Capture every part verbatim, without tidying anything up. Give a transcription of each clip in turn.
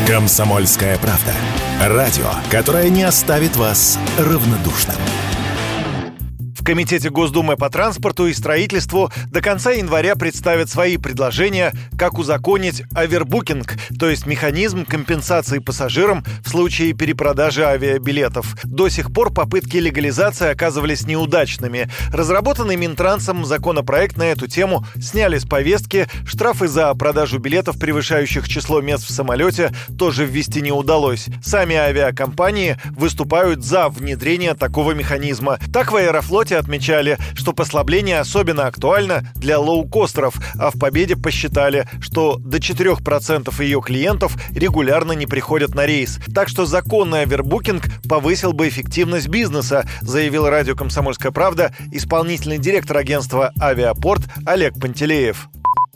«Комсомольская правда». Радио, которое не оставит вас равнодушным. В Комитете Госдумы по транспорту и строительству до конца января представят свои предложения, как узаконить овербукинг, то есть механизм компенсации пассажирам в случае перепродажи авиабилетов. До сих пор попытки легализации оказывались неудачными. Разработанный Минтрансом законопроект на эту тему сняли с повестки, штрафы за продажу билетов, превышающих число мест в самолете, тоже ввести не удалось. Сами авиакомпании выступают за внедрение такого механизма. Так в Аэрофлоте отмечали, что послабление особенно актуально для лоукостеров, а в «Победе» посчитали, что до четырех процентов ее клиентов регулярно не приходят на рейс. Так что законный овербукинг повысил бы эффективность бизнеса, заявил радио «Комсомольская правда» исполнительный директор агентства «Авиапорт» Олег Пантелеев.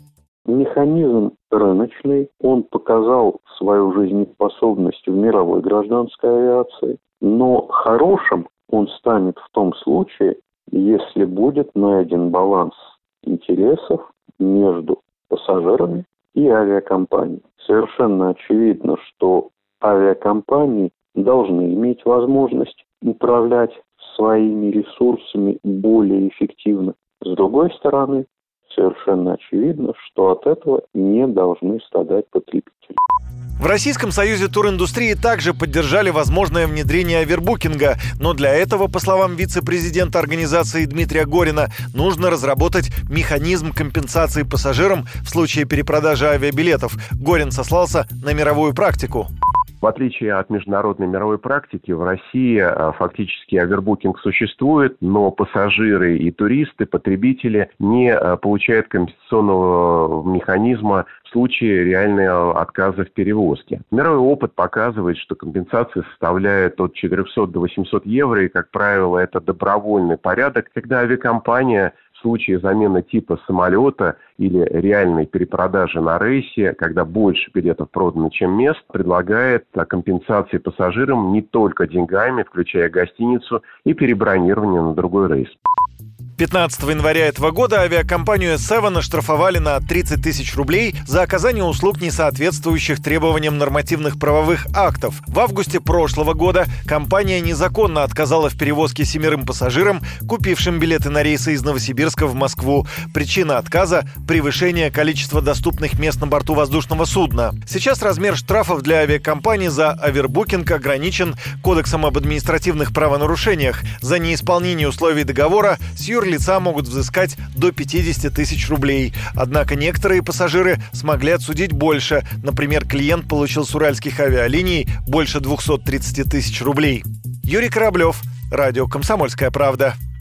Механизм рыночный, он показал свою жизнеспособность в мировой гражданской авиации, но хорошим он станет в том случае, если будет найден баланс интересов между пассажирами и авиакомпанией. Совершенно очевидно, что авиакомпании должны иметь возможность управлять своими ресурсами более эффективно. С другой стороны, совершенно очевидно, что от этого не должны страдать потребители. В Российском союзе туриндустрии также поддержали возможное внедрение овербукинга, но для этого, по словам вице-президента организации Дмитрия Горина, нужно разработать механизм компенсации пассажирам в случае перепродажи авиабилетов. Горин сослался на мировую практику. В отличие от международной мировой практики, в России фактически овербукинг существует, но пассажиры и туристы, потребители не получают компенсационного механизма в случае реального отказа в перевозке. Мировой опыт показывает, что компенсация составляет от четырехсот до восьмисот евро, и, как правило, это добровольный порядок, когда авиакомпания в случае замены типа самолета или реальной перепродажи на рейсе, когда больше билетов продано, чем мест, предлагает компенсации пассажирам не только деньгами, включая гостиницу и перебронирование на другой рейс. пятнадцатого января этого года авиакомпанию Seven оштрафовали на тридцать тысяч рублей за оказание услуг, не соответствующих требованиям нормативных правовых актов. В августе прошлого года компания незаконно отказала в перевозке семерым пассажирам, купившим билеты на рейсы из Новосибирска в Москву. Причина отказа – превышение количества доступных мест на борту воздушного судна. Сейчас размер штрафов для авиакомпаний за овербукинг ограничен Кодексом об административных правонарушениях. За неисполнение условий договора с юрлицом лица могут взыскать до пятьдесят тысяч рублей. Однако некоторые пассажиры смогли отсудить больше. Например, клиент получил с уральских авиалиний больше двухсот тридцати тысяч рублей. Юрий Кораблев, радио «Комсомольская правда».